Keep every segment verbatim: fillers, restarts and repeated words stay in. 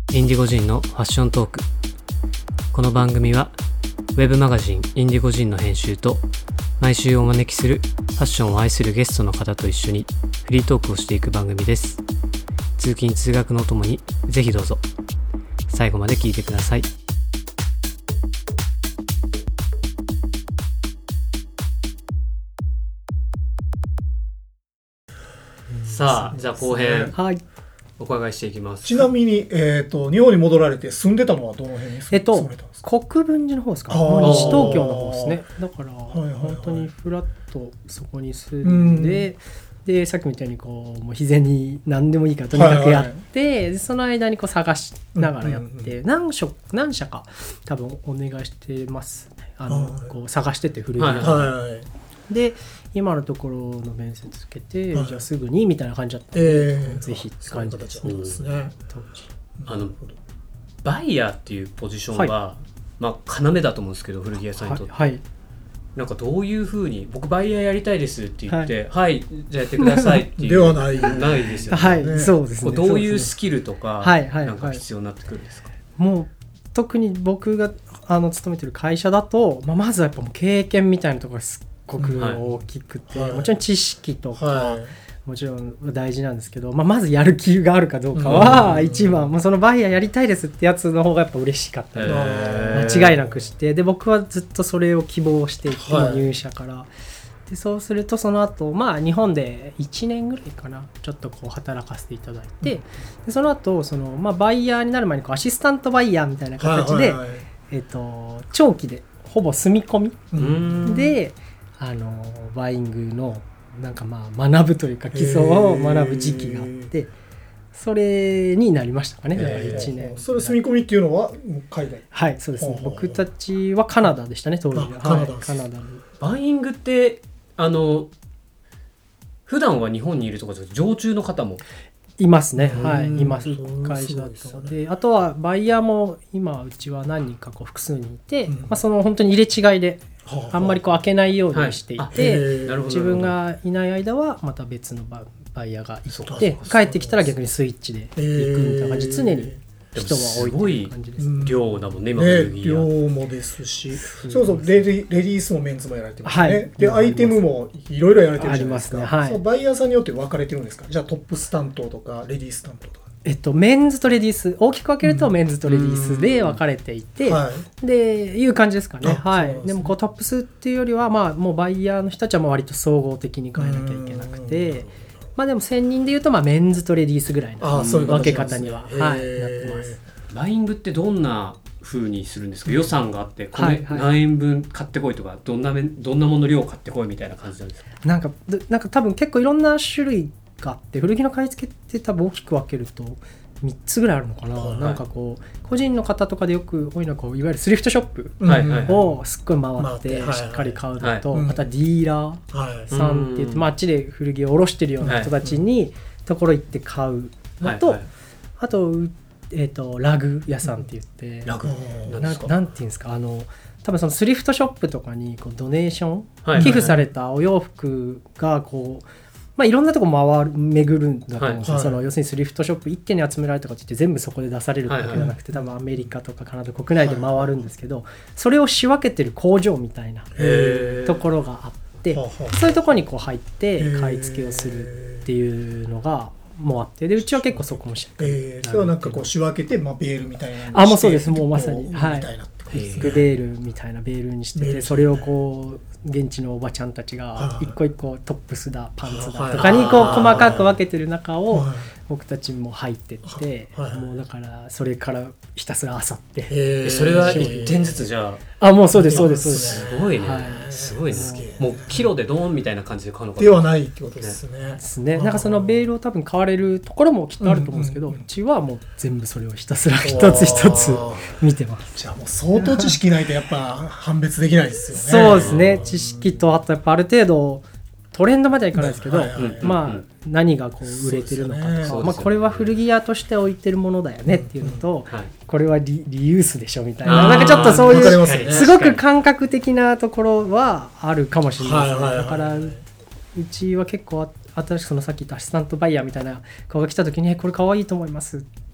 インディゴジンのファッショントーク。この番組はウェブマガジンインディゴジンの編集と毎週お招きするファッションを愛するゲストの方と一緒にフリートークをしていく番組です。通勤通学のともにぜひどうぞ最後まで聞いてください。さあ、じゃあ後編、はい、お伺いしていきます。 ちなみに、えー、と日本に戻られて住んでたのはどの辺に住んでたんですか？ 国分寺の方ですか？西東京の方ですね。だから、はいはいはい、本当にフラッとそこに住んで、うん、でさっきみたいにこうもう日銭に何でもいいからとにかくやって、はいはい、でその間にこう探しながらやって、うんうんうん、何社何社か多分お願いしてますね。あの、はい、こう探してて古着屋、はいはいはい、で今のところの面接つけて、はい、じゃあすぐにみたいな感じだったので、えー、ぜひって感じですね。当時あのバイヤーっていうポジションは、はい、まあ要だと思うんですけど、古着屋さんにとって、はいはい、なんかどういうふうに僕バイヤーやりたいですって言って、はい、はい、じゃあやってくださいっていうではないないですよね。 はい、そうですね。 どういうスキルとか、はいはい、なんか必要になってくるんですか？ もう特に僕があの勤めてる会社だと、まあ、まずはやっぱもう経験みたいなところがすっごく大きくて、はい、もちろん知識とか、はい、もちろん大事なんですけど、まあ、まずやる気があるかどうかは一番、もうそのバイヤーやりたいですってやつの方がやっぱ嬉しかったり間違いなくして、で僕はずっとそれを希望していて、はい、入社からでそうするとその後、まあ日本でいちねんぐらいかなちょっとこう働かせていただいて、うん、でその後その、まあ、バイヤーになる前にこうアシスタントバイヤーみたいな形で、はいはいはい、えーと、長期でほぼ住み込みで、あのバイイングのなんかまあ学ぶというか基礎を学ぶ時期があって、それになりましたかね。だからいちねん。 それ住み込みっていうのは海外？ はい、そうですね。僕たちはカナダでしたね、当時は。 カナダ、はい、 カナダに。 バイイングってあの普段は日本にいるとかじゃなくて常駐の方もいますね。はい、います。会社だと。で、あとはバイヤーも今うちは何人かこう複数人いて、うん、まあ、その本当に入れ違いであんまりこう開けないようにしていて、はい、自分がいない間はまた別のバイヤーが行って、帰ってきたら逆にスイッチで行くみたいな感じで常に人は多いという感じです。 量だもんね、今ね、量もですし、そうそうレディ、レディースもメンズもやられてますね。はい、でアイテムもいろいろやられてるじゃないですか。ありますね。はい、そうバイヤーさんによって分かれてるんですか？じゃあトップス担当とかレディース担当とか。 えっと、メンズとレディース大きく分けるとメンズとレディースで分かれていて、はい、でいう感じですかね。はい、でもこうトップスっていうよりは、まあ、もうバイヤーの人たちはもう割と総合的に変えなきゃいけなくて、まあ、でもせんにんでいうとまあメンズとレディースぐらいの分け方には、はい、なってます。 バイイングってどんな風にするんですか？予算があってこれ何円分買ってこいとか、どんなめどんなもの量買ってこいみたいな感じなんですか？ なんかなんか多分結構いろんな種類があって、古着の買い付けって多分大きく分けるとみっつぐらいあるのかな、はい、なんかこう個人の方とかでよく多いのはこういわゆるスリフトショップをすっごい回ってしっかり買うのと、はいはいはい、あとはディーラーさんって言って、まあ、あっちで古着を卸してるような人たちにところ行って買うのと、はいはい、あと、えーと、ラグ屋さんって言って、 ラグな、なんていうんですか、あの多分そのスリフトショップとかにこうドネーション、はいはいはい、寄付されたお洋服がこうまあ、いろんなとこ回る巡るんだと思うんですよ。はい、その要するにスリフトショップ一軒に集められたかって言って全部そこで出されるわけじゃなくて、はいはい、多分アメリカとかカナダ国内で回るんですけど、はい、それを仕分けてる工場みたいなところがあって、そういうところにこう入って買い付けをするっていうのがもうあって、でうちは結構そこもしっかり、 えー、それはなんかこう仕分けて、まあ、ベールみたいなのにして、 あ、もうそうです、もうまさに、はい、 みたいなベールみたいなベールにしてて、それをこう現地のおばちゃんたちが一個一個トップスだパンツだとかにこう細かく分けてる中を僕たちも入ってって、もうだからそれからひたすら漁って、 えー、それはいってんずつじゃあ、あ、もうそうですそうですそうです、 すごいね、はい、すごいね、もうキロでドーンみたいな感じで買うのかなではないってことですね。 ですね。なんかそのベールを多分買われるところもきっとあると思うんですけど、うんうんうん、うちはもう全部それをひたすら一つ一つ見てます。 じゃあもう相当知識ないとやっぱ判別できないですよね。 そうですね、知識とあとやっぱある程度トレンドまではいかないですけど、はいはいはい、まあ何がこう売れてるのかとか、ね、まあ、これは古着屋として置いてるものだよねっていうのと、うんうん、これは リ, リユースでしょみたいな、なんかちょっとそういう、ね、すごく感覚的なところはあるかもしれないですね、はいはいはい、だからうちは結構新しくそのさっき言ったアシスタントバイヤーみたいな子が来た時にこれ可愛いと思いますって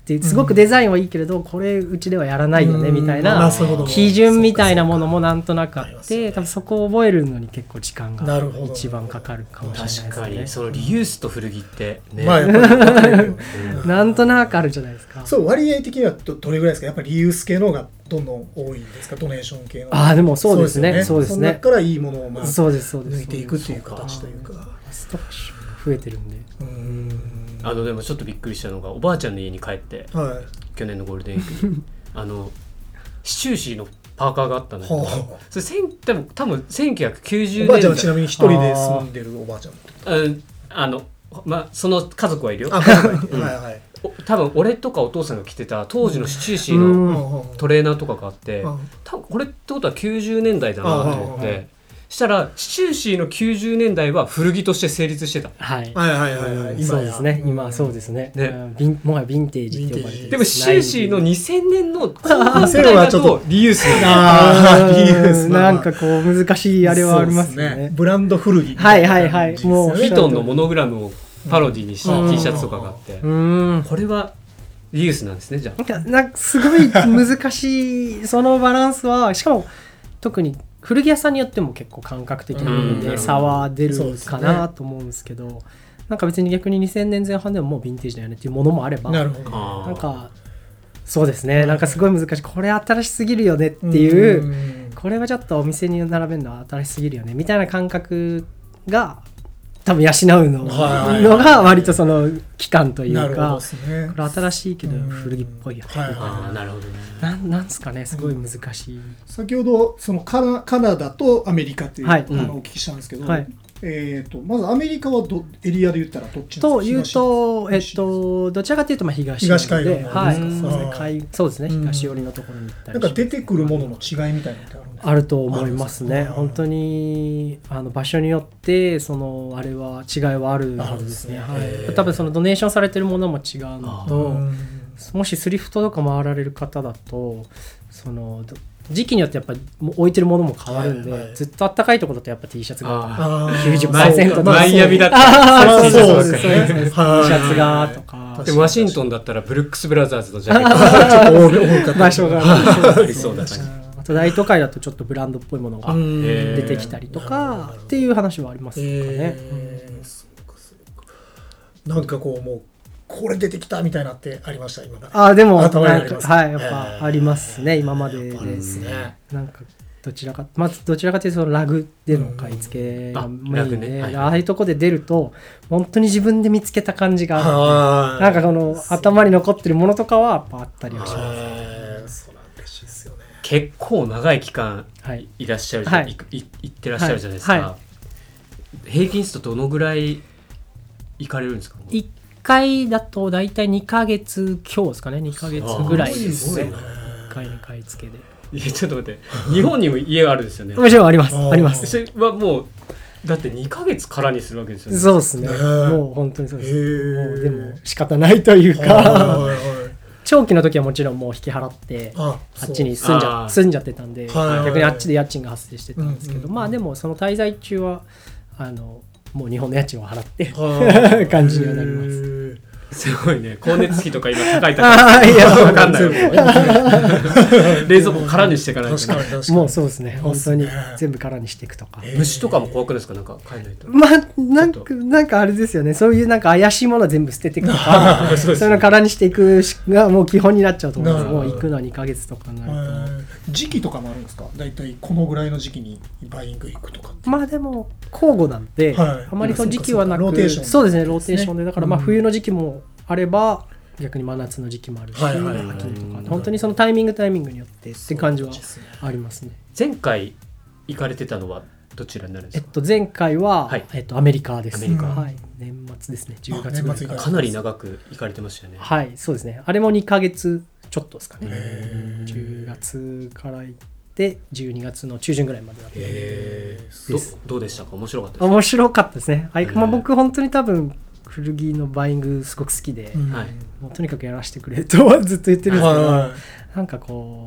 ってすごくデザインはいいけれど、うん、これうちではやらないよねみたいな基準みたいなものもなんとなくあって、多分そこを覚えるのに結構時間が一番かかるかもしれないですね。 確かにそのリユースと古着ってね、 まあ、やっぱりなんとなくあるじゃないですか。 そう割合的には ど, どれぐらいですか。やっぱりリユース系の方がどんどん多いんですか、ドネーション系の。 ああでもそうですね、そうですね。その中からいいものをまあそうですそうです抜いていくっていう形というか、 ストック増えてるんで。 うーんあのでもちょっとびっくりしたのが、おばあちゃんの家に帰って、はい、去年のゴールデンウィークにあのシチューシーのパーカーがあったんだけど、それ多分多分せんきゅうひゃくきゅうじゅうねんだい。 おばあちゃんはちなみに一人で住んでるおばあちゃん。 あ, あのまあその家族はいるよ。 あ家族はいる、うん、はいはい。 多分俺とかお父さんが着てた当時のシチューシーのトレーナーとかがあって、多分これってことはきゅうじゅうねんだいだなと思って、したらシチューシーのきゅうじゅうねんだいは古着として成立してた。 はい、 はいはいはいはい。 今そうですね。今そうですね。ね、ビンもはヴィンテージって呼ばれてる。 でもシチューシーのにせんねんの後半ぐらいだとリユースあリユースなんかこう難しいあれはありますね。 ねブランド古着。 はいはいはい。 もうヴィトンのモノグラムをパロディにした T シャツとかがあって、 うんこれはリユースなんですね。じゃあなんかすごい難しいそのバランスは、しかも特に古着屋さんによっても結構感覚的な部分で差は出るかなと思うんですけど、ね、なんか別に逆ににせんねんぜん半でももうヴィンテージだよねっていうものもあれば、 なるほど。 なんかそうですね、なんかすごい難しい、これ新しすぎるよねっていう、これはちょっとお店に並べるのは新しすぎるよねみたいな感覚が多分養うのが割とその期間というか、これ新しいけど古着っぽいよね。 ああなるほどね。 ななんですかね、すごい難しい。 先ほどそのカナ、カナダとアメリカっていう、はい、あのお聞きしたんですけど、はい、えー、とまずアメリカはどエリアで言ったらどっちですか。 というと、えっと、どちらかというとまあ東東海岸で、 はい、そうですね、海そうですね、東寄りのところに行ったり、 なんか出てくるものの違いみたいなのってあるんですか。 あると思いますね。本当にあの場所によってそのあれは違いはあるはずですね。はい、多分そのドネーションされてるものも違うのと、もしスリフトとか回られる方だとその時期によってやっぱり置いてるものも変わるんで、はいはい、ずっと暖かいところだとやっぱ T シャツが きゅうじゅっパーセント とかマイアミだったら T シャツがとか、 でワシントンだったらブルックスブラザーズのジャケットがちょっと多かった場所がありそうだし、 あと大都会だとちょっとブランドっぽいものが出てきたりとかっていう話はありますかね。 なんかこうもうこれ出てきたみたいなってありました今。 あでもなんかはいやっぱありますね今までで。なんかどちらかまずどちらかというとそのラグでの買い付けがメインで、ねはい、ああいうとこで出ると本当に自分で見つけた感じがあって、なんかこの頭に残ってるものとかはやっぱあったりはします。 そうなん嬉しいですよね。 結構長い期間いらっしゃるじゃ、はい、いい行ってらっしゃるじゃないですか。はいはい、平均するとどのぐらい行かれるんですか。 いっかいだとだいたいにかげつ強ですかね。にかげつぐらいですね。いっかいの買い付けで。 いやちょっと待って、日本にも家があるんですよね。 もちろんありますあります。 それはもうだってにかげつ空にするわけですよね。 そうですね。もう本当にそうです。もうでも仕方ないというか長期の時はもちろんもう引き払ってあっちに住んじゃ住んじゃってたんで、逆にあっちで家賃が発生してたんですけど、まあでもその滞在中はあのもう日本の家賃を払って感じにはなります。 すごいね。光熱費とか今高い高いいや分かんない冷蔵庫空にしていかないと、ね、 もうそうですね。本当に全部空にしていくとか。 虫とかも怖くないですか。なんか買えないと。 まあなんかなんかあれですよね。そういうなんか怪しいものは全部捨てていくとかそういうの空にしていくがもう基本になっちゃうと思うんです。もう行くのはにかげつとかになると。時期とかもあるんですか。だいたいこのぐらいの時期にバイイング行くとか。 まあでも交互なんで、はい、あまりその時期はなく、ローテーションそうですねローテーションで、だからまあ冬の時期もあれば逆に真夏の時期もあるし、はいはいはい、秋とか本当にそのタイミングタイミングによってって感じはありますね。 前回行かれてたのはどちらになるんですか。 えっと、前回は、はいえっと、アメリカです。 アメリカ、 はい、年末ですね。じゅうがつぐらいからかなり長く行かれてましたよね。 はいそうですね。あれもにかげつちょっとですかね。じゅうがつから行ってじゅうにがつの中旬ぐらいまでだったです。ど, どうでしたか。面白かったですか。 面白かったですね。あい、まあ、僕本当に多分古着のバイングすごく好きで、うん、もうとにかくやらせてくれとずっと言ってるんですけど、はい、なんかこう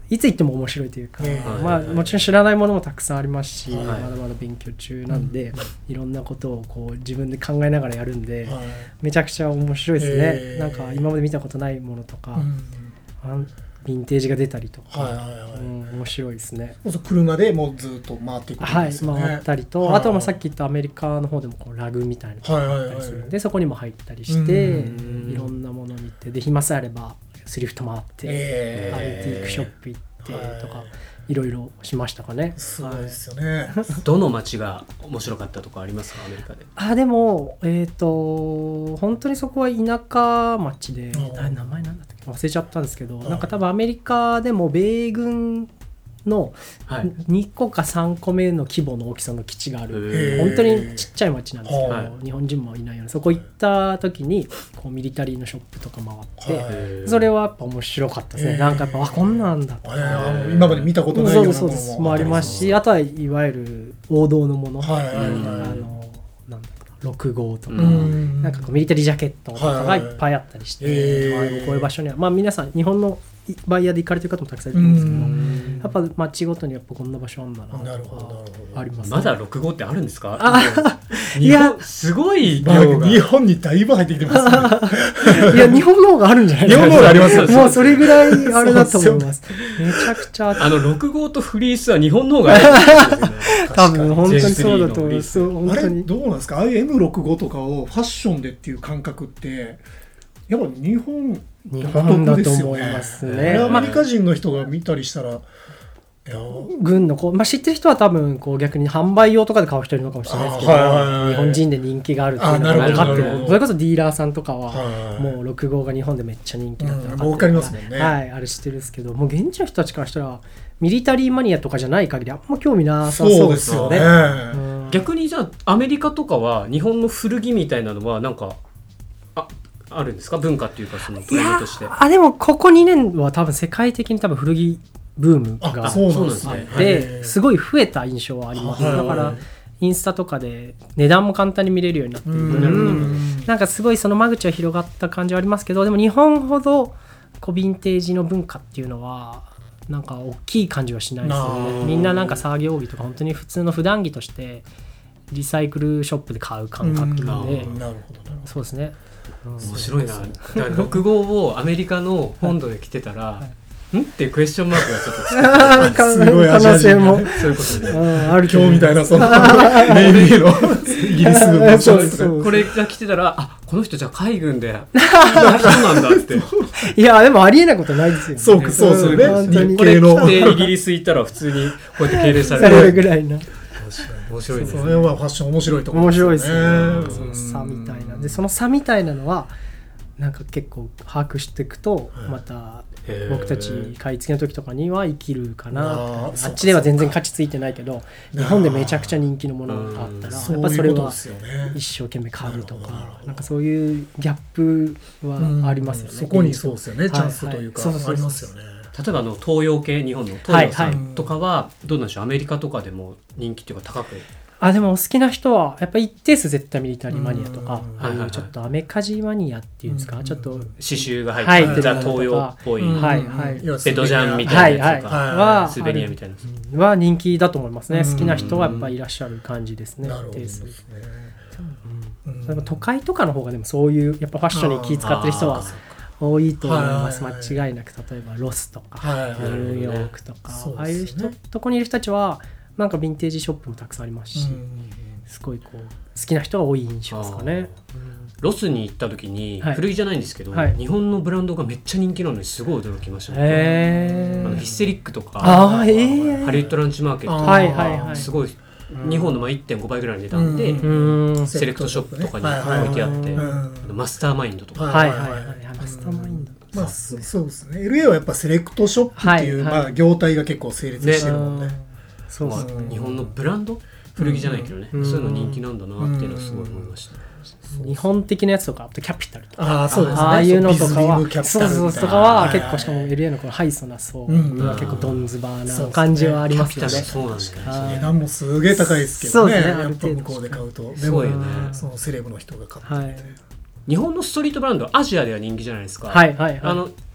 いつ行っても面白いというか、まあ、もちろん知らないものもたくさんありますし、まだまだ勉強中なんで、いろんなことをこう自分で考えながらやるんで、めちゃくちゃ面白いですね。なんか今まで見たことないものとか、ヴィンテージが出たりとか、はいはいはい、うん、面白いですね。 車でもうずっと回っていくんですよね。 はい、回ったりと、はい、あとはさっき言ったアメリカの方でもこうラグみたいなのがあったりするんで、はいはいはい、そこにも入ったりして、いろんなもの見て、で暇さえあればスリフト回って、えー、アンティークショップ行ってとか、はい、いろいろしましたかね。 すごいですよね。 はい、どの街が面白かったとかありますか、アメリカで。 あ、でもえっ、ー、と本当にそこは田舎町で、名前なんだったっけ忘れちゃったんですけど、なんか多分アメリカでも米軍のにこかさんこめの規模の大きさの基地がある、本当にちっちゃい町なんですけど、はい、日本人もいないような、そこ行った時にこうミリタリーのショップとか回って、それはやっぱ面白かったですね。なんかやっぱあこんなんだとか、 今まで見たことないようなものもありますし、あとはいわゆる王道のもの、はいはいはい、あのなんだろうろく号とか、なんかこうミリタリージャケットとかがいっぱいあったりして、はいはい、こういう場所には、まあ、皆さん日本のバイヤーで行かれてる方もたくさんいると思うんですけど、やっぱ街ごとにやっぱこんな場所あんだなとかありますね。 まだろく号ってあるんですか？あいやすごい量が日本にだいぶ入ってきてますね。いや日本の方があるんじゃないですか。 日本の方がありますよ。 もうそれぐらいあれだと思います。めちゃくちゃあのろく号とフリースは日本の方があるんですよね。 多分本当にそうだと思います。 あれどうなんですか？ああいう エムろく号 とかをファッションでっていう感覚ってやっぱ日本日本だと思いますね。 アメリカ人の人が見たりしたら、いや軍のこう、まあ、知ってる人は多分こう逆に販売用とかで買う人いるのかもしれないですけど、はいはいはい、日本人で人気があるっていうのが分かってる。それこそディーラーさんとかはもうろく号が日本でめっちゃ人気だったら分かりますもんね。 はい、あれ知ってるんですけど、もう現地の人たちからしたらミリタリーマニアとかじゃない限りあんま興味なさそうですよね。 うん、 逆にじゃあアメリカとかは日本の古着みたいなのはなんかああるんですか？文化っていうかそのトレンドとして。 あでもここにねんは多分世界的に多分古着ブームがあってすごい増えた印象はあります。だからインスタとかで値段も簡単に見れるようになっているので、なんかすごいその間口は広がった感じはありますけど、でも日本ほどこうヴィンテージの文化っていうのはなんか大きい感じはしないですよね。みんななんか作業着とか本当に普通の普段着としてリサイクルショップで買う感覚なんで、そうですね。 面白いな。だからろく号をアメリカの本土で着てたら、はい、んっていうクエスチョンマークがちょっとつくすごいアジア人もそういうことで、 ある今日みたいなそのネイビーのイギリス軍のそうそうこれが着てたら、あこの人じゃあ海軍でこんな人なんだっていやでもありえないことないですよね。 そうかそうそうね。 日系のこれ着てイギリス行ったら普通にこうやって敬礼されるぐらいな。 面白いですね。 それはファッション面白いところ面白いですね。その差みたいなで、その差みたいなのはなんか結構把握していくと、また僕たち買い付けの時とかには生きるかな。あっちでは全然価値ついてないけど日本でめちゃくちゃ人気のものがあったらやっぱそれは一生懸命買うとか、なんかそういうギャップはありますよね。 そこにそうですよね、チャンスというかありますよね。 例えばあの東洋系、日本の東洋さんとかはどうなんでしょう、アメリカとかでも人気っていうか高く。 あでも好きな人はやっぱ一定数絶対ミリタリーマニアとか、ああいうちょっとアメカジマニアっていうんですか、ちょっと刺繍が入ってる東洋っぽい、はいはい、ベトジャンみたいなやつとか、はスベニアみたいなは人気だと思いますね。好きな人はやっぱりいらっしゃる感じですね。 なるほどですね。 うん、都会とかの方がでもそういうやっぱファッションに気使ってる人は多いと思います。間違いなく例えばロスとかニューヨークとか、ああいう人とこにいる人たちはなんかヴィンテージショップもたくさんありますし、すごいこう好きな人が多い印象ですかね。 ロスに行った時に、はい、古着じゃないんですけど、はい、日本のブランドがめっちゃ人気なのにすごい驚きましたね。 へあのヒステリックとかあ、えー、 ハリウッドランチマーケットとか、はいはいはい、すごい日本の いってんご 倍ぐらいの値段で、うん、セレクトショップとかに置いてあって、うん、マスターマインドとか、 はいはいはい、マスターマインド、 まあ、そうですね。エルエー はやっぱセレクトショップっていう、はいはい、まあ、業態が結構成立してるもんね。 そうですね、 まあ、日本のブランド古着じゃないけどね、うん、そういうの人気なんだなっていうのはすごい思いました。 日本的なやつとか、あとキャピタルとか、 あ、そうですね、 ああいうのとかは、 そうそうとかは結構、しかも エルエー のこのハイソな層は結構ドンズバーな感じはありますよね。 そうなんですね。 値段もすげえ高いですけどね。やっぱ向こうで買うと、 すごいよね。 そのセレブの人が買ってて、 日本のストリートブランドアジアでは人気じゃないですか。 はいはいはい。 あの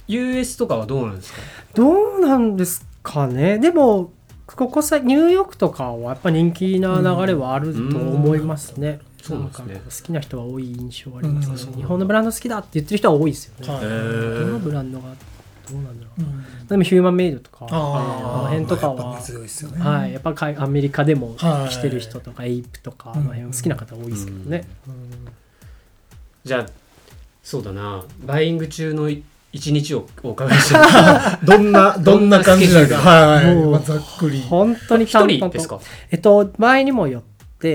ユーエス とかはどうなんですか？ どうなんですかね。でもここさニューヨークとかはやっぱ人気な流れはあると思いますね。うん、なんか好きな人は多い印象ありますね。日本のブランド好きだって言ってる人は多いですよね。どのブランドがどうなんだろう、うん、でもヒューマンメイドとかあの辺とかは、 強いですよね。 はい、やっぱアメリカでも着てる人とか、はい、エイプとかあの辺好きな方多いですけどね、うんうん、 じゃあそうだな、バイイング中の一日をお伺いしてどんなどんな感じなんですか？はい、 もうざっくり本当に淡々とですか？ えっと場合にもよって、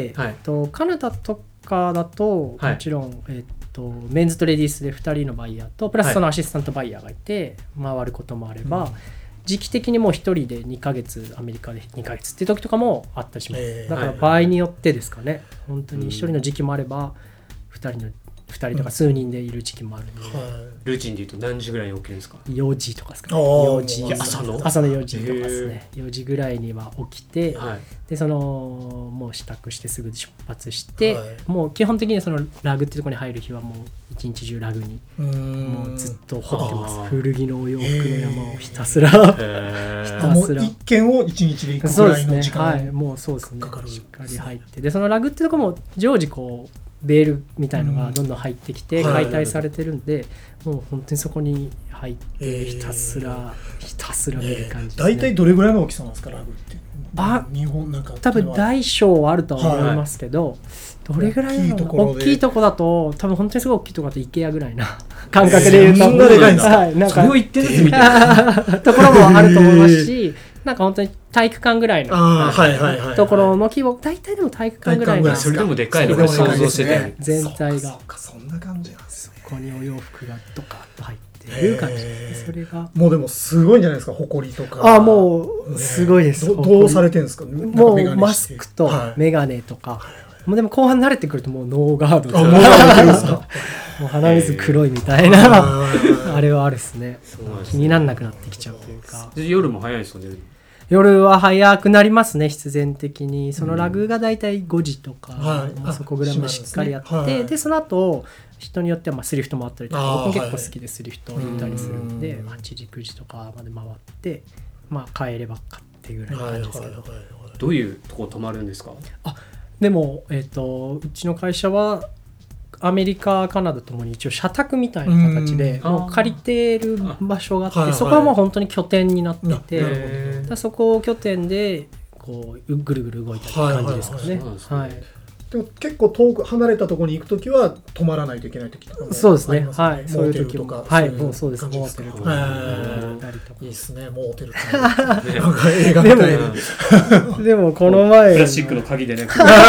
はい、 えっと、カナダとかだと、はい、もちろん、えっと、メンズとレディースでふたりのバイヤーとプラスそのアシスタントバイヤーがいて回ることもあれば、はい、時期的にもうひとりでにかげつアメリカでにかげつっていう時とかもあったりします、えー、だから場合によってですかね、はい、本当にひとりの時期もあればふたりのふたりとか数人でいる時期もあるので、うんはい、 ルーチンでいうと何時ぐらいに起きるんですか？ よじとかですかね。よじ朝の朝のよじとかですね。よじぐらいには起きて、はい、でそのもう支度してすぐ出発して、はい、もう基本的にそのラグっていうところに入る日はもう一日中ラグにもうずっと掘ってます。古着のお洋服の山をひたすらひたすら一軒を一日で行くぐらいの時間、 はい、もうそうですね。しっかり入ってでそのラグっていうところも常時こうベールみたいのがどんどん入ってきて解体されてるんで、うん、もう本当にそこに入ってひたすら、えー、ひたすら見る感じですね。 大体どれぐらいの大きさなんですかラグって？ あ、日本なんか多分大小はあるとは思いますけど、はい、どれぐらいの大きいところだと多分本当にすごい大きいところだと IKEA ぐらいな感覚で言うと、えー、そんなでかいんですか？はい、なんかそれを言ってるみたいなところもあると思いますし、なんか本当に体育館ぐらいのところの規模、大体でも体育館ぐらいの、 それでもでかいのを想像してて、 全体がそうか、そんな感じなんですね。 そこにお洋服がドカッと入ってる感じです。それがもうでもすごいんじゃないですか、埃とか。 あ、もうすごいです。 ど, どうされてるんですか？ もうマスクとメガネとか、はい、もうでも後半慣れてくるともうノーガードで、 あ、ノーガードですか？ もう鼻水黒いみたいなあれはあるですね。気にならなくなってきちゃうというか。 夜も早いですよね。 夜は早くなりますね、必然的に。そのラグがだいたいごじとか、うん、そこぐらいまでしっかりやって、で、ねはい、その後人によってはまあスリフトもあったりとか、僕結構好きでスリフト行ったりするんで、はちじくじとかまで回って、まあ、帰ればっかっていうぐらいの感じですけど、 どういうとこ泊まるんですか？ あ、でも、えーと、うちの会社はアメリカ、カナダともに一応社宅みたいな形でもう借りてる場所があって、はいはい、そこはもう本当に拠点になっていて、だそこを拠点でこうぐるぐる動いたって感じですかね。はい。 でも結構遠く離れたところに行くときは泊まらないといけないときとかも、 そうですね。はい。 そういう時も、 はい、もうそうです。モーテルとか行ったりとか。いいですね。モーテルってなんか映画みたいな。でもこの前プラスチックの鍵でね。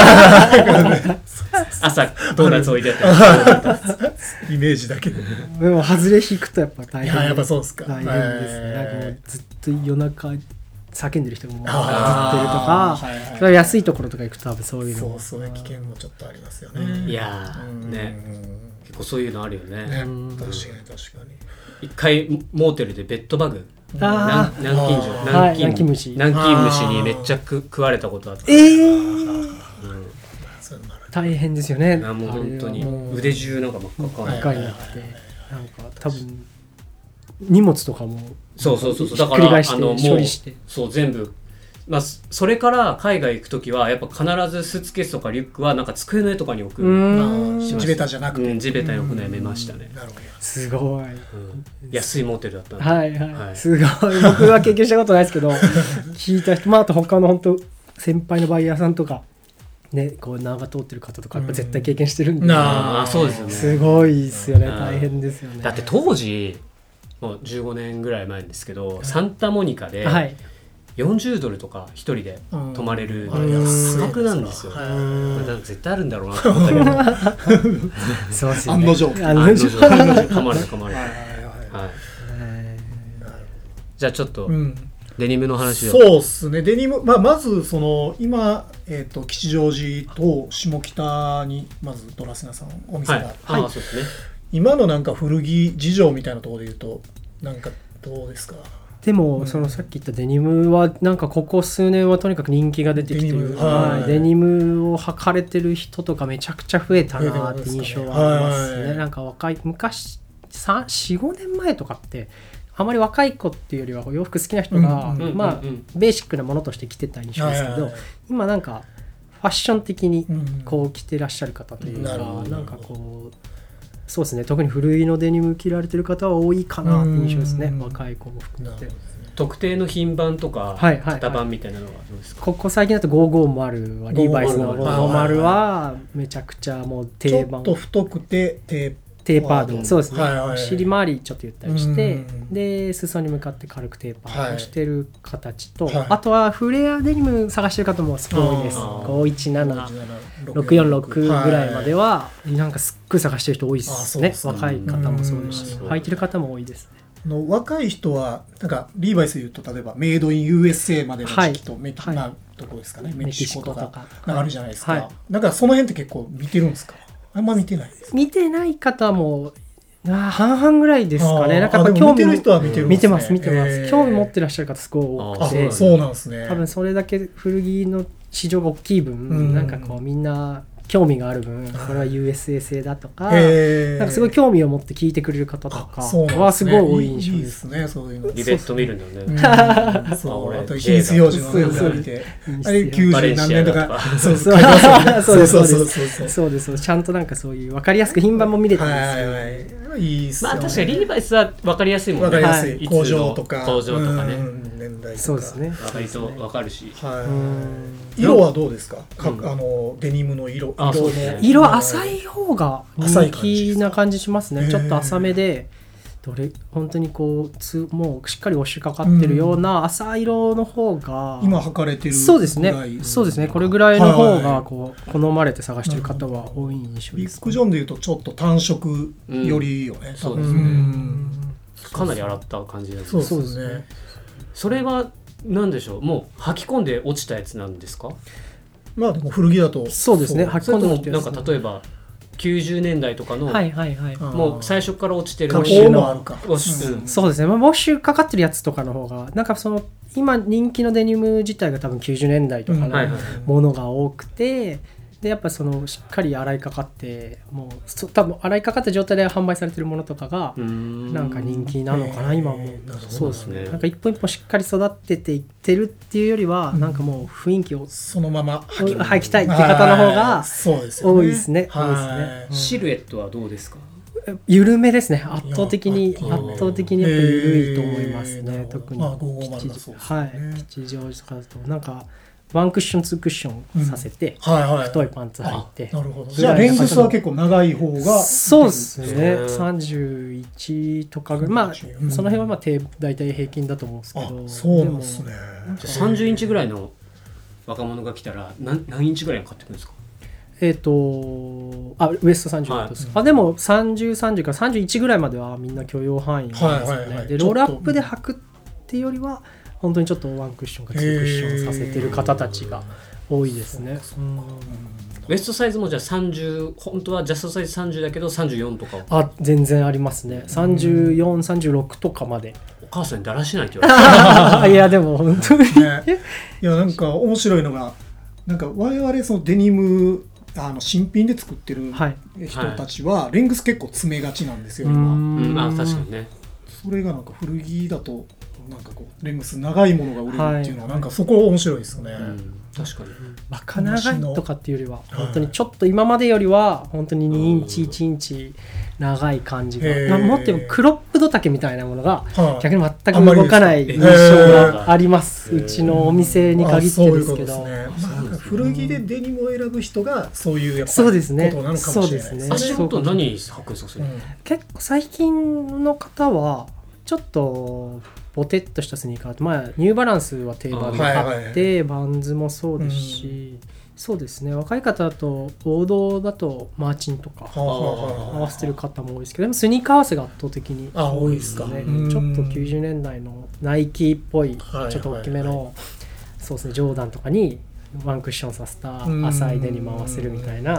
朝ドーナツ置いてたイメージだけで。 でも外れ引くとやっぱ大変。 やっぱそうですか。 大変ですね。なんかもうずっと夜中叫んでる人もずっといるとか、はいはい、安いところとか行くと多分そういうのそうそうね、危険もちょっとありますよね。 いやーね、結構そういうのあるよね。 ね、確かに確かに。 一回モーテルでベッドバグ、 あ南京錠、 南京虫、 南京虫にめっちゃく食われたことあって、 えーうん、大変ですよね。 あ、もう本当に腕中なんか真っ赤赤になって、なんか多分荷物とかもそうそうそうそう、だからあのもうそう全部、まあ、それから海外行くときはやっぱ必ずスーツケースとかリュックはなんか机の上とかに置く、 地べたじゃなくて、 うん、地べたに置くのやめましたね。 なるほど、 すごい、うん、 安いモーテルだったんで、 はいはい、はい、すごい。僕は経験したことないですけど聞いた人、まあ、あと他の本当先輩のバイヤーさんとかね、こう名が通ってる方とかやっぱ絶対経験してるんで、うん、 ああそうですよね、 すごいですよね、大変ですよね。 だって当時もうじゅうごねんぐらい前ですけど、サンタモニカでよんじゅうドルとかひとりで泊まれる価格なんですよ。だから絶対あるんだろうなと思ったけどそうですよね、 案の定案の定泊まる泊まる。じゃあちょっと、うん、デニムの話を。 そうですね、デニム、まあ、まずその今、えー、と吉祥寺と下北にまずドラスナさんお店が、はい、 はい、あ、そうですね。 今のなんか古着事情みたいなところで言うとなんかどうですか？ でも、うん、そのさっき言ったデニムはなんかここ数年はとにかく人気が出てきてる、はい、デニムを履かれてる人とかめちゃくちゃ増えたなって印象はありますね。なんか若い昔よん、ごねんまえとかってあまり若い子っていうよりは洋服好きな人が、 うんうん、 まあ、 うんうん、 ベーシックなものとして着てた印象ですけど、はいはいはい、今なんかファッション的にこう着てらっしゃる方というか、うんうん、なんかこうそうですね、特に古着のデニム着られてる方は多いかなって印象ですね、若い子も含めて。 特定の品番とか型番みたいなのはどうですか？ ここ最近だとごひゃくごじゅうはリーバイスのごひゃくごじゅうはめちゃくちゃもう定番、 ちょっと太くてテーパード、そうですね、 はいはい、 尻回りちょっとゆったりしてで裾に向かって軽くテーパーをしてる形と、はい、あとはフレアデニム探してる方もすごいです。ごひゃくじゅうなな、ろくひゃくよんじゅうろくぐらいまではなんかすっごい探してる人多いですね。若い方もそうですし履いてる方も多いですね。 の若い人はなんかリーバイスでいうと例えばメイドイン ユーエスエー までの時期と、はい、メキ、はい、まあ、どこですかね、メキシコとかあるじゃないですか、はい、なんかその辺って結構見てるんですか？あんま見てないです。 見てない方もあ半々ぐらいですかね。なんかやっぱ興味見てる人は見てるんですね。 見てます見てます、興味持ってらっしゃる方すごい多くて、 そうなんですね。 多分それだけ古着の市場が大きい分、うん、なんかこうみんな興味がある分これは ユーエスエー 製だとか、なんかすごい興味を持って聞いてくれる方とかはすごい多い印象です。 いいですね、そういうの。 リベット見るんだよね。 そう、あと品質表示のね見て、あれきゅうじゅう何年とか、 そうそうそうそうそうそうです。ちゃんとなんかそういう分かりやすく品番も見れてるんですよ。 いいっすよね。 まあ確かにリーバイスは分かりやすいもんね。 分かりやすい。工場とか工場とかね。 年代とか。 そうですね。 割と分かるし。 色はどうですか？あのデニムの色。 色は浅い方が人気な感じしますね。ちょっと浅めでどれ本当にこうつもうしっかりウォッシュかかってるような浅い色の方が、 うん、今履かれてるそうですねそうですねこれぐらいの方がこう好まれて探してる方は多い印象です、ね、 ビッグジョンでいうとちょっと単色よりよね、うん、 そうですね、うん、かなり洗った感じです。 そうですね。 それは何でしょう、もう履き込んで落ちたやつなんですか？ まあでも古着だとそうですね、履き込んで落ちたやつ、 なんか例えばきゅうじゅうねんだいとかの、 はいはいはい、 もう最初から落ちてるウォッシュもあるか、 うん、そうですね、まあ、ウォッシュかかってるやつとかの方がなんかその今人気のデニム自体が多分きゅうじゅうねんだいとかのものが多くて、でやっぱそのしっかり洗いかかってもう多分洗いかかった状態で販売されてるものとかがなんか人気なのかな今も。そうですね、なんか一本一本しっかり育てていってるっていうよりは、うん、なんかもう雰囲気をそのまま履きたいっていう方の方が多いですね。 シルエットはどうですか？ 緩めですね。圧倒的に圧倒的にやっぱ緩いと思いますね。特に吉祥寺とかだとなんかワンクッションツークッションさせて、うんはいはいはい、太いパンツ履いて、 なるほど。じゃあレングスは結構長い方がそうですね、さんじゅういちとかぐらい、まあ、うん、その辺はまあ大体平均だと思うんですけど、 そうなんですね。 さんじゅうインチぐらいの若者が来たら 何, 何インチぐらい買ってくるんですか？ えっ、ー、とあウエストさんじゅうです、はい、あでもさんじゅう、さんじゅうからさんじゅういちぐらいまではみんな許容範囲なんですよね、はいはいはい、でロールアップで履くっていうよりは本当にちょっとワンクッションかツークッションさせてる方たちが多いですね。 ウエストサイズもじゃあさんじゅう本当はジャストサイズさんじゅうだけどさんじゅうよんとかあ全然ありますね。さんじゅうよん、さんじゅうろくとかまで。 お母さんにだらしないって言われていやでも本当に、ね、 いやなんか面白いのがなんか我々そのデニムあの新品で作ってる人たちはレングス結構詰めがちなんですよ、今。 うん、あ確かにね。 それがなんか古着だとなんかこうレングス長いものが売れるっていうのはなんかそこ面白いですよね、はいはい、うん、 確かにバカ長いとかっていうよりは本当にちょっと今までよりは本当ににインチいちインチ長い感じが、もっとクロップド丈みたいなものが逆に全く動かない印象があります。うちのお店に限ってですけど、 そういうことですね。まあ、古着でデニムを選ぶ人がそういうやっぱそうですね、 ことなのかもしれないですね。 足元何履くんですか？ 結構最近の方はちょっとボテッとしたスニーカーと、まあ、ニューバランスは定番で買って、はいはい、バンズもそうですし、うん、そうですね、若い方だと王道だとマーチンとか合わせてる方も多いですけど、でもスニーカー合わせが圧倒的に多いですかね。ちょっときゅうじゅうねんだいのナイキっぽいちょっと大きめの、はいはいはい、そうですね、ジョーダンとかにワンクッションさせた浅いデニム合わせるみたいな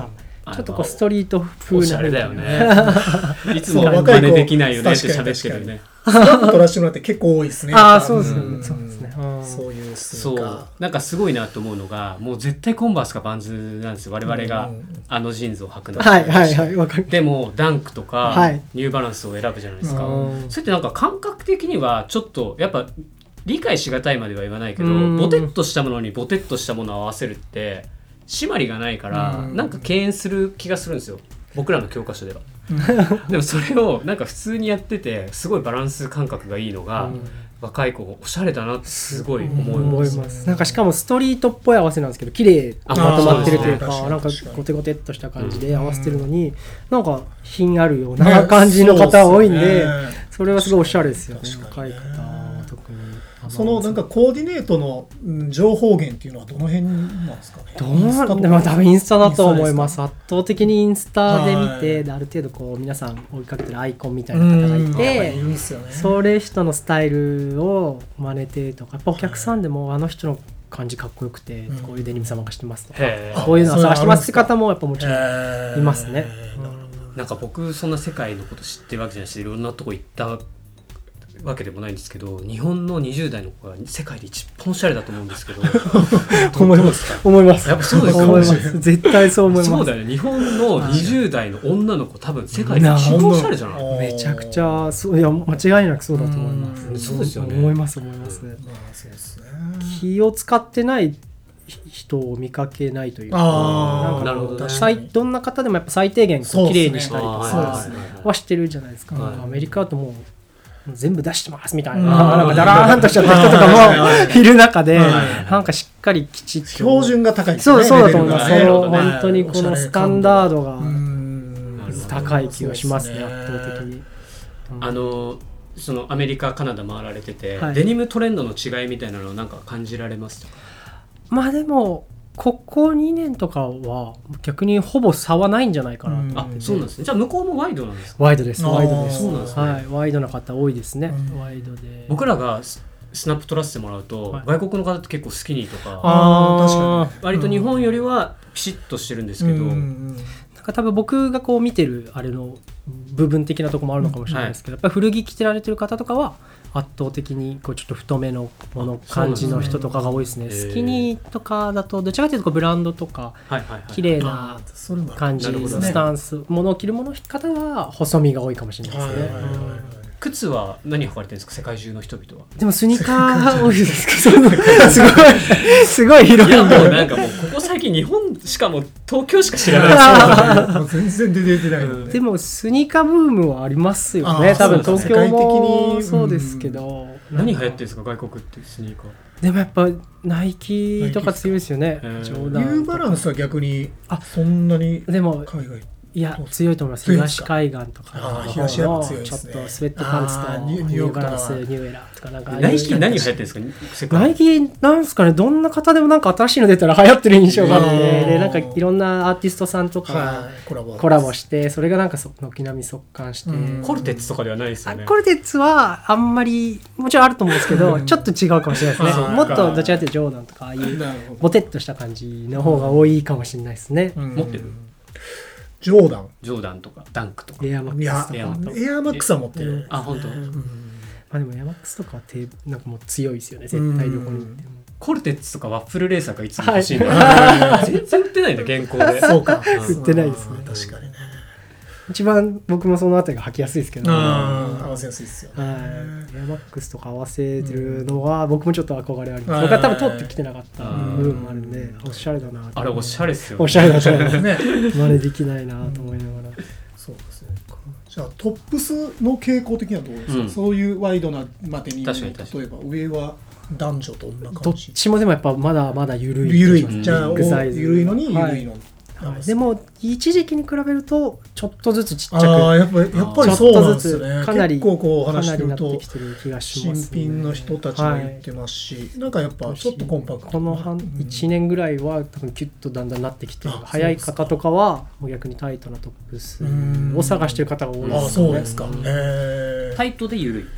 ちょっとこうストリート風なおしゃれだよねいつも真似できないよねって喋ってるね。 スナップ取らせてもらって結構多いですね。 ああそうですね、うん、そうですね、 うん、そういうそうなんかすごいなと思うのがもう絶対コンバースかバンズなんですよ我々があのジーンズを履くの、 はいはいはいわかる。 でもダンクとか、はい、ニューバランスを選ぶじゃないですか。それってなんか感覚的にはちょっとやっぱ理解しがたいまでは言わないけどボテッとしたものにボテッとしたものを合わせるって締まりがないからなんか敬遠する気がするんですよ僕らの教科書ではでもそれをなんか普通にやっててすごいバランス感覚がいいのが、うん、若い子がおしゃれだなってすごい思います、 思います。なんかしかもストリートっぽい合わせなんですけど綺麗まとまってるというか、なんかゴテゴテっとした感じで合わせてるのに、うん、なんか品あるような感じの方多いんで、ね、それはすごいおしゃれですよね。若い方は特にそのなんかコーディネートの情報源っていうのはどの辺なんですかね。 どうでも多分インスタだと思います。圧倒的にインスタで見て、はい、ある程度こう皆さん追いかけてるアイコンみたいな方がいて、いいですよね、それ人のスタイルを真似てとか、やっぱお客さんでもあの人の感じかっこよくて、うん、こういうデニム様がしてますとか、こういうのを探してますって方もやっぱもちろんいますね。 うん、なんか僕そんな世界のこと知ってるわけじゃないしいろんなとこ行ったわけでもないんですけど、日本のにじゅう代の子が世界で一番おしゃれだと思うんですけど思います思いますやっぱそうですか。 思います絶対そう思います。 そうだよね。日本のにじゅう代の女の子多分世界で一番おしゃれじゃない。 めちゃくちゃそういや間違いなくそうだと思います。 うそうですよね。 思います思います、まあそうですね、気を使ってない人を見かけないというか、 あなるほど、 ね、どんな方でもやっぱ最低限こう綺麗にしたりとかはしてるじゃないですか。はい、アメリカだともう全部出してますみたいな、なんかダラーンとしちゃった人とかもいる中で、なんかしっかりきちっと標準が高いですね。 そうそうだと思います。その本当にこのスタンダードが高い気がしますね、圧倒的に。 あのそのアメリカカナダ回られてて、はい、デニムトレンドの違いみたいなのをなんか感じられますか？ まあでもここにねんとかは逆にほぼ差はないんじゃないかなと。 あ、そうなんですね。じゃあ向こうもワイドなんですか？ ワイドです。ワイドです。 そうなんですね。 はい、ワイドな方多いですね。ワイドで。 僕らがスナップ取らせてもらうと、はい、外国の方って結構スキニーとか、 あ確かに割と日本よりはピシッとしてるんですけど、うん、 なんか多分僕がこう見てるあれの部分的なところもあるのかもしれないですけど、うんはい、やっぱり古着着てられてる方とかは圧倒的にこうちょっと太めのもの感じの人とかが多いですね。スキニーとかだとどちらかというとブランドとか綺麗な感じのスタンスものを着るもの方は細身が多いかもしれないですね。 靴は何履かれてるんですか？世界中の人々は。 でもスニーカー多いですけどすごいすごい広い。 いやもうなんかもうここ最近日本しかも東京しか知らないです全然出てないので。 でもスニーカーブームはありますよね。多分東京もそうですけど。 何流行ってるんですか外国ってスニーカー。 でもやっぱナイキとか強いですよね。 ニューバランスは逆にあそんなにでも海外いや強いと思います。東海岸とかのちょっとスウェットパンツとニューバランスニューエラーとかなんかナイキ何が流行ってるんですか？ ナイキなんですかね。どんな方でもなんか新しいの出たら流行ってる印象があってでなんかいろんなアーティストさんとかコラボしてそれがなんか軒並み速乾してコルテッツとかではないですよね。 コルテッツはあんまりもちろんあると思うんですけどちょっと違うかもしれないですね。もっとどちらかというとジョーダンとかああいうボテッとした感じの方が多いかもしれないですね。 持ってるジョーダンジョーダンとかダンクとかエアマックスとかエアマックスは持ってる。 あ本当。うんまあでもエアマックスとかは手なんかもう強いですよね。絶対どこに行っても。 コルテッツとかワッフルレーサーがいつも欲しいんだ、はい、全然売ってないんだ現行で。 そうか売ってないですね。 確かにね。 一番僕もそのあたりが履きやすいですけど、 あ合わせやすいですよね。 はい、エアマックスとか合わせてるのは僕もちょっと憧れあります。僕は多分通ってきてなかった部分もあるんでおしゃれだな。 あれおしゃれですよね。 おしゃれだと思いますね。真似できないなと思いながら。 そうですね。じゃあトップスの傾向的にはどうですか？うん、そういうワイドなまでに例えば上は男女と女感じ。 どっちもでもやっぱまだまだ緩い。 緩い。じゃあ緩いのに緩いの。はいはい、でも一時期に比べるとちょっとずつちっちゃくあやっぱやっぱりそうなんですね。 かなり結構こう話してるとなってきてる気がしますね。 新品の人たちも言ってますし、はい、なんかやっぱちょっとコンパクトこの半いちねんぐらいは多分キュッとだんだんなってきて早い方とかはもう逆にタイトなトップスを探してる方が多いですね。 あそうですか。へタイトで緩いですか？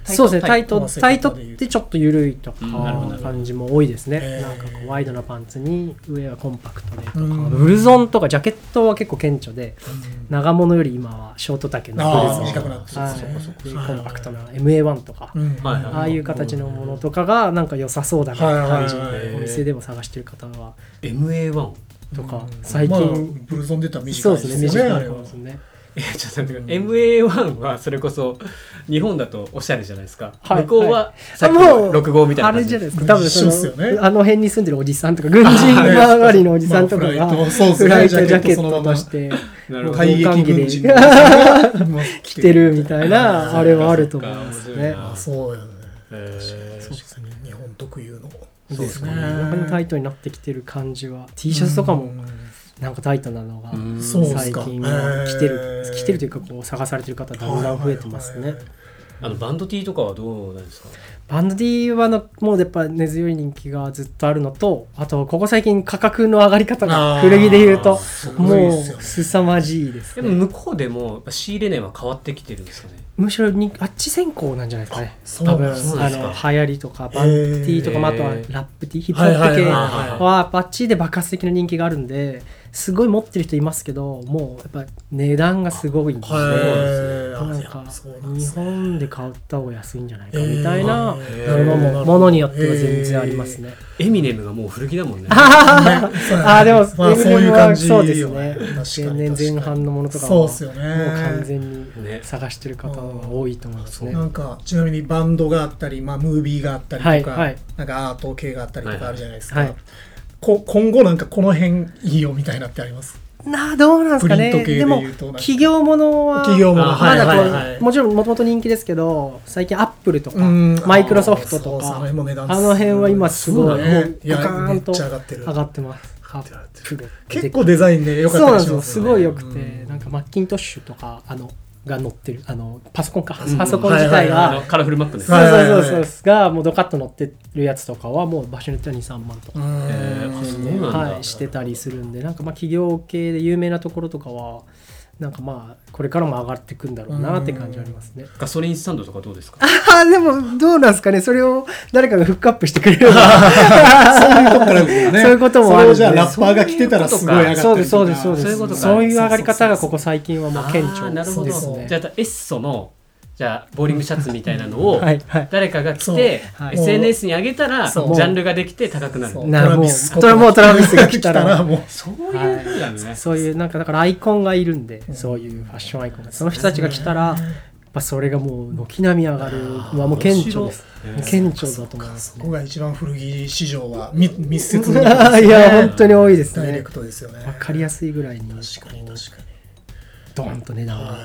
そうですね、タイトタイトってちょっと緩いとか感じも多いですね、うん、なんかこうワイドなパンツに上はコンパクトでとか、うん、ブルゾンとかジャケットは結構顕著で、うん、長物より今はショート丈のブルゾン短くなって、はいコンパクトな エムエーワン とか、うん、ああいう形のものとかがなんか良さそうだなって感じでお店でも探してる方はエムエーワンとか最近、 まあ、ブルゾン出たら短いですね。そうですね、短いですね。 えちょっと待って、うん、エムエーワン はそれこそ日本だとおしゃれじゃないですか、はい、向こうはさっきのろく号みたいな感じ、 あれじゃないですか、多分その、ね、あの辺に住んでるおじさんとか軍人上がりのおじさんとかが、まあ、フライトジャケットとして退役軍人着てるみたいなあれはあると思いますね。 そうやね、そうですね、日本特有のそうですね、中にタイトになってきてる感じは T シャツとかもなんかタイトなのが最近は着てる着てるというかこう探されてる方だんだん増えてますね。 あのバンド T とかはどうなんですか？ バンド T はのもうやっぱ根強い人気がずっとあるのと、あとここ最近価格の上がり方が古着でいうともう凄まじいですね。 でも向こうでも仕入れ値は変わってきてるんですかね？ むしろにあっち先行なんじゃないですかね。 多分あの流行りとかバンド T とか、まあ、あとはラップ T、ヒップホップ系はあっちで爆発的な人気があるんで、すごい持ってる人いますけど、もうやっぱ値段がすごいんで、なんか日本で買った方が安いんじゃないかみたいなものもものによっては全然ありますね。 エミネムがもう古着だもんね。 ああでも、 まあ、そういう感じ、 そうですね。年前半のものとかはもう完全にね、 探してる方が多いと思いますね。 なんかちなみにバンドがあったり、まあ、ムービーがあったりとか、はいはい、なんかアート系があったりとかあるじゃないですか、はいはい、こ今後なんかこの辺いいよみたいなってあります？ なあ、どうなんですかね。でも企業ものは企業ものまだこう、はいはいはい、もちろんもともと人気ですけど、最近アップルとかマイクロソフトとか あ, あの辺は今すごい、ね、もうガカーンと上がってます。 結構デザインで良かったりしますよね。そうなんですよ、 すごい良くて、なんかマッキントッシュとかあのが載ってるあのパソコンか、うん、パソコン自体が、はいはいはい、 カラフルマックです。 そうそうそうそう、はい、がもうドカッと載ってるやつとかはもう場所によってはにさんまんとか、えーはい、してたりするんで、なんかまあ企業系で有名なところとかはなんかまあこれからも上がっていくんだろうなって感じありますね。 ガソリンスタンドとかどうですか？ あでもどうなんですかね、それを誰かがフックアップしてくれるそういうとこからですよね。 そういうこともあるんで、 それをじゃあラッパーが着てたらすごい上がってるとか、 そうですそうですそうです、そういうことか、そういう上がり方がここ最近はもう顕著ですね。 じゃあエッソのじゃあボーリングシャツみたいなのを誰かが着て エスエヌエス に上げたらジャンルができて高くなる。 トラビス、トラもうトラビスが来たらもうそういう風だね。 そういうなんかだからアイコンがいるんで、そういうファッションアイコンがその人たちが来たらやっぱそれがもう軒並み上がるのはもう顕著です。顕著だと思いますね。 そこが一番古着市場は密接にいや本当に多いですね。 ダイレクトですよね。 分かりやすいぐらいに確かに確かにドーンと値段が。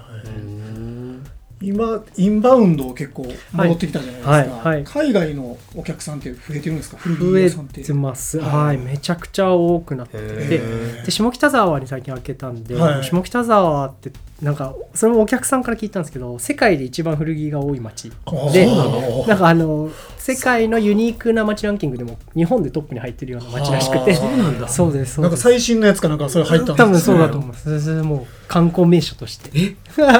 今インバウンド結構戻ってきたじゃないですか、はいはいはい、海外のお客さんって増えてるんですか？古着屋さんって増えてます、はい、めちゃくちゃ多くなってて、で下北沢に最近開けたんで、はい、下北沢ってなんかそれもお客さんから聞いたんですけど、世界で一番古着が多い街で、なんかあの世界のユニークな街ランキングでも日本でトップに入ってるような街らしくて、 そうなんだ。 そうです、そうです。 なんか最新のやつかなんかそれ入ったんですね。 多分そうだと思います。それもう観光名所としてえ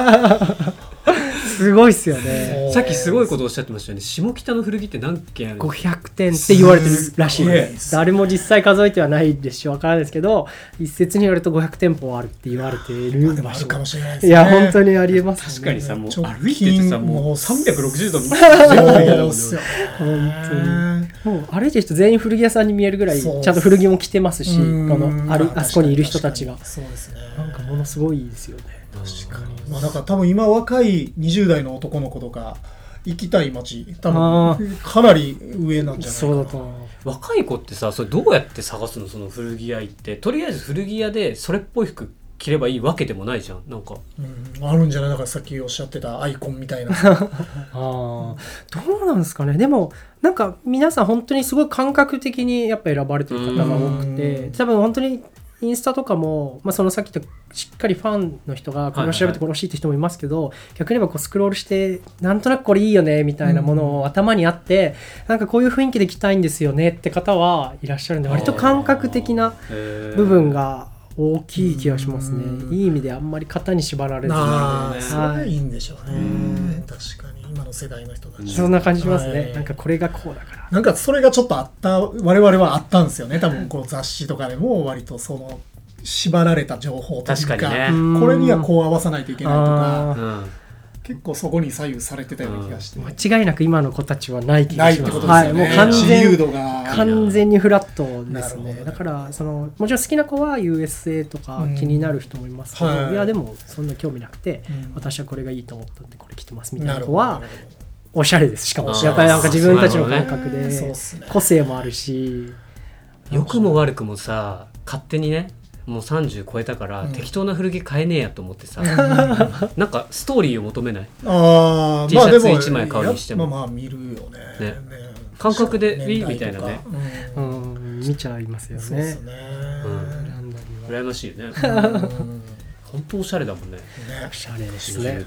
すごいっすよね。 さっきすごいことをおっしゃってましたよね。下北の古着って何件ある？ ごひゃくてんって言われてるらしいです。誰も実際数えてはないですしわからないですけど、一説によるとごひゃくてんぽあるって言われている場所かもしれないですね。 いや本当にありえます、 ね、確かにさ、もう歩いててさ、もうさんびゃくろくじゅうど見てる本当にもう歩いてる人全員古着屋さんに見えるぐらいちゃんと古着も着てますし、この あ, るあそこにいる人たちがそうですね。 なんかものすごいですよね。 確かに。まあだから多分今若いにじゅう代の男の子とか行きたい街多分かなり上なんじゃないかな。 そうだと。 若い子ってさ、それどうやって探すの？その古着屋行って、とりあえず古着屋でそれっぽい服着ればいいわけでもないじゃん。なんか、 うん、あるんじゃない？だからさっきおっしゃってたアイコンみたいなあどうなんですかね。でもなんか皆さん本当にすごい感覚的にやっぱ選ばれてる方が多くて、多分本当にインスタとかも、まあ、そのさっきとしっかりファンの人がこれを調べてこれ欲しいって人もいますけど、はいはい、逆に言えばこうスクロールしてなんとなくこれいいよねみたいなものを頭にあって、うん、なんかこういう雰囲気で着たいんですよねって方はいらっしゃるんで、割と感覚的な部分が大きい気がしますね。いい意味であんまり型に縛られずに、 ああ、それがいいんでしょうね。確かに今の世代の人たちそんな感じしますね、はい、なんかこれがこうだからなんかそれがちょっとあった我々はあったんですよね。多分こう雑誌とかでも割とその縛られた情報というか、ね、これにはこう合わさないといけないとか、うん、結構そこに左右されてたような気がして、うん、 間違いなく今の子たちはない気がします。 ないってことですよね、はい、もう完全自由度が完全にフラットですね。だからそのもちろん好きな子は ユーエスエー とか気になる人もいますけど、うんはい、いやでもそんな興味なくて、うん、私はこれがいいと思ったんでこれ着てますみたいな子はおしゃれです。しかもやっぱりなんか自分たちの感覚で個性もあるし、 良くも悪くもさ勝手にねもうさんじゅう超えたから、うん、適当な古着買えねえやと思ってさ、うん、なんかストーリーを求めない。 あ T シャツいちまい買うにしても、 まあ、まあ見るよね、ねね感覚でウィーみたいなね、 うんうん、見ちゃいますよね。そうですね、 うん、羨ましいね、うん、本当おしゃれだもんね。 おしゃれですね。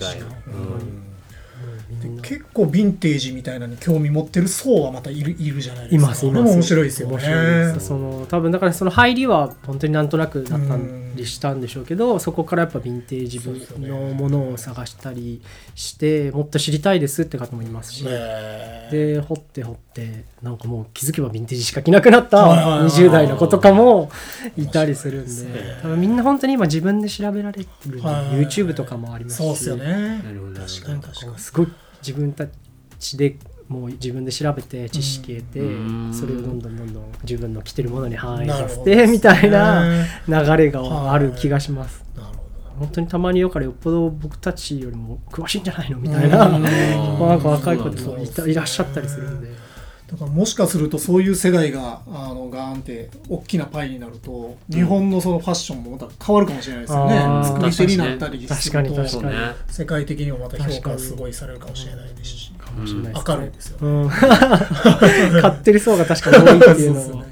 で結構ヴィンテージみたいなのに興味持ってる層はまたいる、いるじゃないですか。 いますいます。 でも面白いですよね。面白いです。 その多分だからその入りは本当になんとなくだったりしたんでしょうけど、そこからやっぱヴィンテージのものを探したりしてもっと知りたいですって方もいますし、で掘って掘ってなんかもう気づけばヴィンテージしか着なくなったにじゅう代の子とかもいたりするんで、多分みんな本当に今自分で調べられてるんで YouTube とかもありますし、 そうですよね。 確かに確かにすごい自分たちでもう自分で調べて知識得て、うん、それをどんどんどんどん自分の着てるものに反映させて、ね、みたいな流れがある気がします。なるほど。本当にたまによからよっぽど僕たちよりも詳しいんじゃないのみたいな、うん、なんか若い子でも い, たいらっしゃったりするんで、 だからもしかするとそういう世代があのガーンって大きなパイになると、うん、日本のそのファッションもまた変わるかもしれないですよね。作り手になったりすると、確かに世界的にもまた評価すごいされるかもしれないですし、かもしれないですね、明るいですよね、うん、 買ってる層が確かに多いっていうのはそうですね。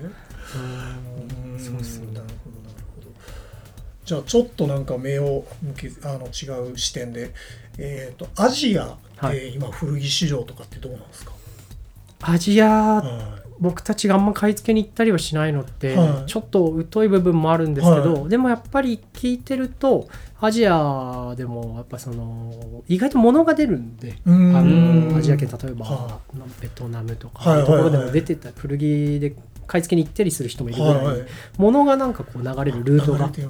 じゃあちょっとなんか目を向けあの違う視点で、えーと、アジアで今古着市場とかってどうなんですか？ アジア、はい、僕たちがあんま買い付けに行ったりはしないのって、はい、ちょっと疎い部分もあるんですけど、はい、でもやっぱり聞いてるとアジアでもやっぱその意外と物が出るんで、あのアジア圏例えば、はい、ベトナムとか、はい、ところでも出てた古着で買い付けに行ったりする人もいるぐらい、はい、物がなんかこう流れるルートがあって、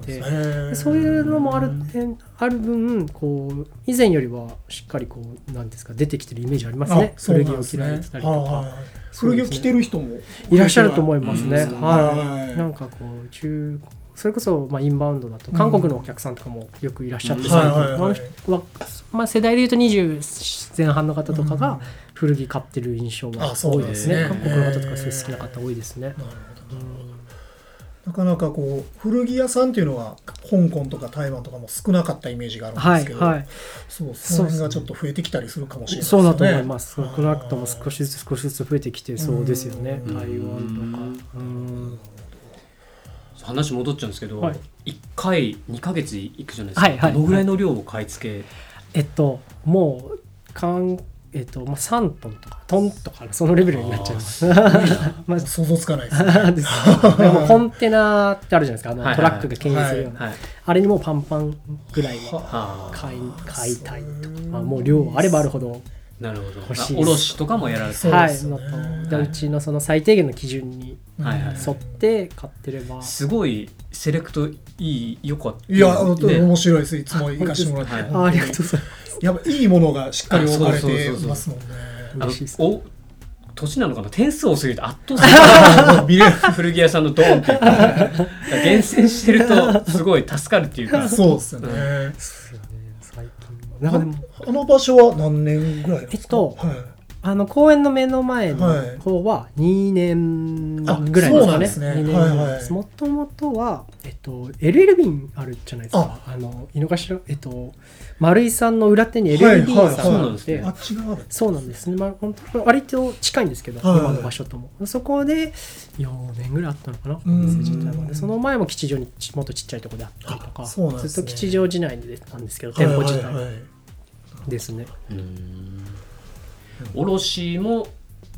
そういうのもあるある分こう以前よりはしっかりこうなんですか出てきてるイメージありますね。古着を着られてたりとか、はいはい、 古着を着てる人もいらっしゃると思いますね。はい、なんかこう中それこそまあインバウンドだと韓国のお客さんとかもよくいらっしゃって、うんはいまあ、世代でいうとにじゅう前半の方とかが古着買ってる印象が多いですね。うん、韓国の方とかそういう好きな方多いですね。なるほど、うんなかなかこう古着屋さんっていうのは香港とか台湾とかも少なかったイメージがあるんですけど、はいはい、そうその辺がちょっと増えてきたりするかもしれないですね。 そうだと思います。少なくとも少しずつ少しずつ増えてきてそうですよね。台湾とか。うん話戻っちゃうんですけど、はい、いっかいにかげつ行くじゃないですか、はいはい、どのぐらいの量を買い付け、 えっともうかんえっとまあ、さんトンとかトンとかそのレベルになっちゃいます。 まあ、想像つかないですね。 ですでもコンテナってあるじゃないですか、あのトラックが牽引するような、はいはい、あれにもうパンパンぐらいは買い、買いたいとか、まあ、もう量あればあるほど欲しいです。 卸とかもやられてる、 はい、でうちのその最低限の基準に沿って買ってれば、はいはいはい、 すごいセレクトいいよかった。 いや、ね、面白いです。いつも行かせてもらって、はい、 あ, ありがとうございます。 やっぱいいものがしっかり置かれてますもんね。 嬉しいですね。お年なのかな、点数を過ぎて圧倒する古着屋さんのドーンっていうか厳選してるとすごい助かるっていうかそうですよね、うん、 最近なんかでもあの場所は何年ぐらいですか？ えっと、はい、あの公園の目の前の方はにねんぐらいですかね。そうなんですね。にねんぐらいです。もともとは、えっと、エルエル 便あるじゃないですか。ああの井の頭、えっと、丸井さんの裏手に エルエル 便さんがあって、そうなんですね。まあ、本当割と近いんですけど、はい、今の場所とも。そこでよねんぐらいあったのかな、お店自体は。でその前も吉祥にもっとちっちゃいところであったりとか、ね、ずっと吉祥寺内に出てたんですけど、店舗自体ですね。 うん卸も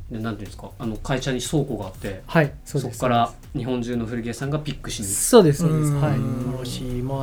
でなんていうんですか、あの会社に倉庫があって、 はい、そうです。 そこから日本中の古着屋さんがピックしに、 そうですそうです、はい、卸もあって、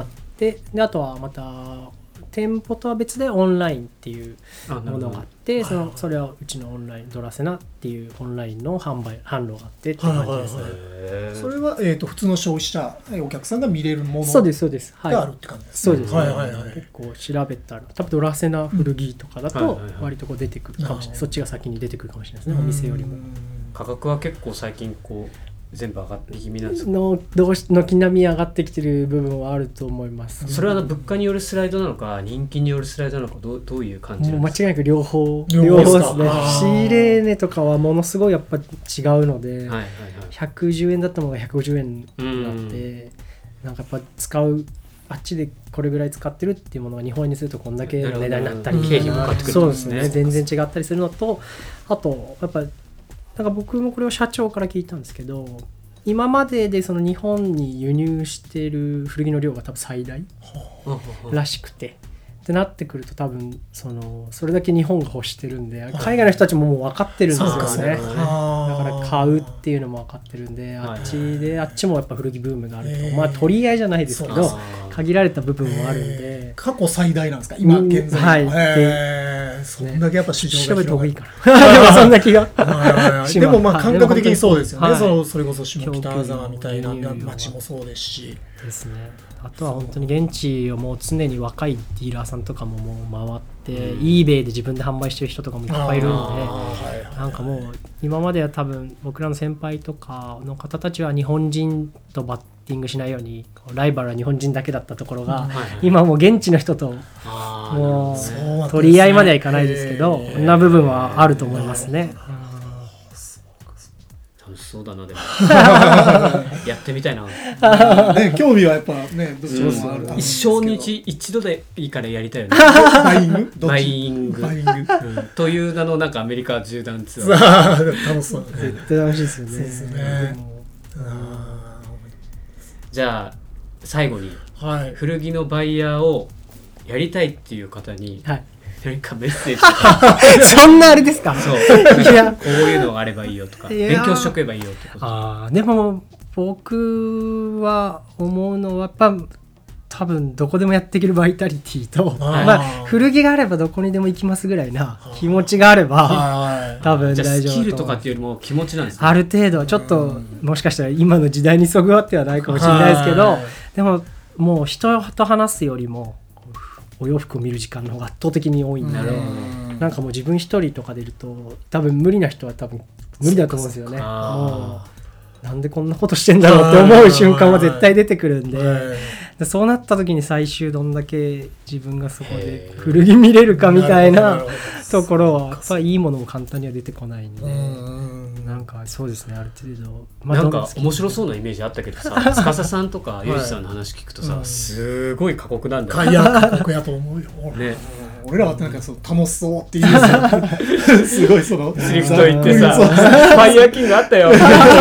であとはまた店舗とは別でオンラインっていうものがあって、そのそれはうちのオンラインドラセナっていうオンラインの販売販路があってっていう感じですね。 それは、えーと、普通の消費者お客さんが見れるものそうですそうです、はい、 があるって感じですね。そうです、 はいはいはい、 結構調べたら多分ドラセナ古着とかだと割とこう出てくるかもしれない、そっちが先に出てくるかもしれないですね、お店よりも。 価格は結構最近こう全部上がって気味なんですか？ のどうし軒並み上がってきてる部分はあると思います。 それは物価によるスライドなのか人気によるスライドなのか、どう、どういう感じなんですか？ もう間違いなく両方両方ですね。仕入れ値とかはものすごいやっぱ違うので、はいはいはい、ひゃくじゅうえんだったものがひゃくごじゅうえんになって、なんかやっぱ使うあっちでこれぐらい使ってるっていうものが日本円にするとこんだけの値段になったり、経費もかかってくるんですね。そうですね、全然違ったりするのと、あとやっぱなんか僕もこれを社長から聞いたんですけど、今まででその日本に輸入している古着の量が多分最大らしくて、ってなってくると多分そのそれだけ日本が欲してるんで、海外の人たちももう分かってるんですよね。だから買うっていうのも分かってるんで、あっちであっちもやっぱ古着ブームがあると、まあ取り合いじゃないですけど限られた部分もあるんで、 過去最大なんですか今現在？ はい、 へー、そんだけやっぱ市場が広がる。 調べた方がいいかなそんな気がでもまあ感覚的にそうですよね、はい、そ, それこそ下北沢みたいな街もそうですしですね。あとは本当に現地をもう常に若いディーラーさんとかももう回って、うん、eBay で自分で販売してる人とかもいっぱいいるので、なんかもう今までは多分僕らの先輩とかの方たちは日本人とバッティングしないようにライバルは日本人だけだったところが、うん、今もう現地の人ともう取り合いまではいかないですけど、こんな部分はあると思いますね。 楽しそうだな、でもやってみたいな、 ね、興味はやっぱね、どっちもある、 うん、一生に一度でいいからやりたいよねバイングバイング、うん、という名のなんかアメリカ縦断ツアー楽しそうだね。 絶対楽しいですよね。そうですね。 じゃあ最後に、はい、古着のバイヤーをやりたいっていう方に、はい、何かメッセージそんなあれですか？ そう、いやこういうのがあればいいよとか勉強しとけばいいよってこと。 あ、でも僕は思うのはやっぱ多分どこでもやっていけるバイタリティと、あ、まあ、古着があればどこにでも行きますぐらいな気持ちがあれば多分大丈夫だと思う。じゃあスキルとかっていうよりも気持ちなんですね。 ある程度ちょっともしかしたら今の時代にそぐわってはないかもしれないですけど、でももう人と話すよりもお洋服を見る時間の方が圧倒的に多いんで、んなんかもう自分一人とかでいると多分無理な人は多分無理だと思うんですよね。もうなんでこんなことしてんだろうって思う瞬間は絶対出てくるんで、でそうなった時に最終どんだけ自分がそこで古着見れるかみたいなところはやっぱいいものも簡単には出てこないんで、なんかそうですね、ある程度、まあ、 なんか面白そうなイメージあったけどさ司さんとかユージさんの話聞くとさ、はい、すごい過酷なんだよ。 いや過酷やと思うよ、ね、俺らはなんかそう楽しそうっていうすごいそのスリフト行ってさファイヤーキングあったよ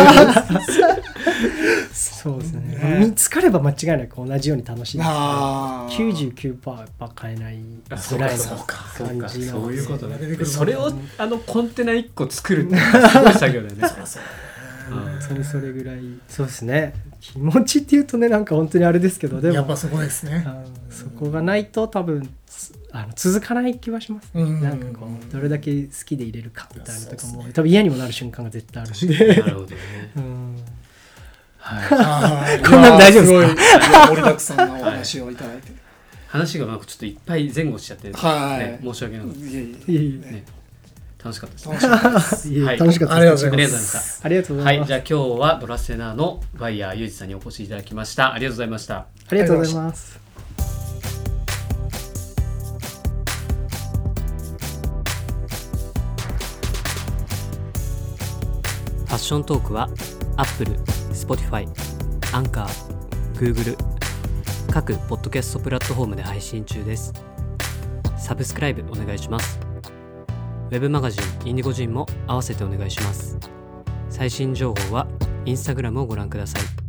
そうですね、ね、見つかれば間違いなく同じように楽しいです、ね、きゅうじゅうきゅうパーセント やっぱ買えないぐらいの感じ。 そういうことね。それをあのコンテナいっこ作るってすごい作業だよね本当にそれぐらい。そうですね、気持ちっていうとね、なんか本当にあれですけど、でもやっぱそこですね、 そこがないと多分あの続かない気はします、ね、うんうんうん、なんかこうどれだけ好きで入れるかみたいなとかも、ね、多分嫌にもなる瞬間が絶対あるんで。なるほどね、うん、 はい、 こんなん大丈夫ですか？盛りだくさんなお話をいただいて、はい、 話がなんかちょっといっぱい前後しちゃって、はいね、申し訳なかった。いえいえいえ、ね、楽しかったです。楽しかったです。 はい、楽しかったです。ありがとうございます。ありがとうございます。はい、じゃあ今日はドラセナのバイヤーユージさんにお越しいただきました。ありがとうございました。 ありがとうございます。 ファッショントークは Apple、Spotify、Anchor、Google 各ポッドキャストプラットフォームで配信中です。サブスクライブお願いします。ウェブマガジンインディゴジンも合わせてお願いします。最新情報はインスタグラムをご覧ください。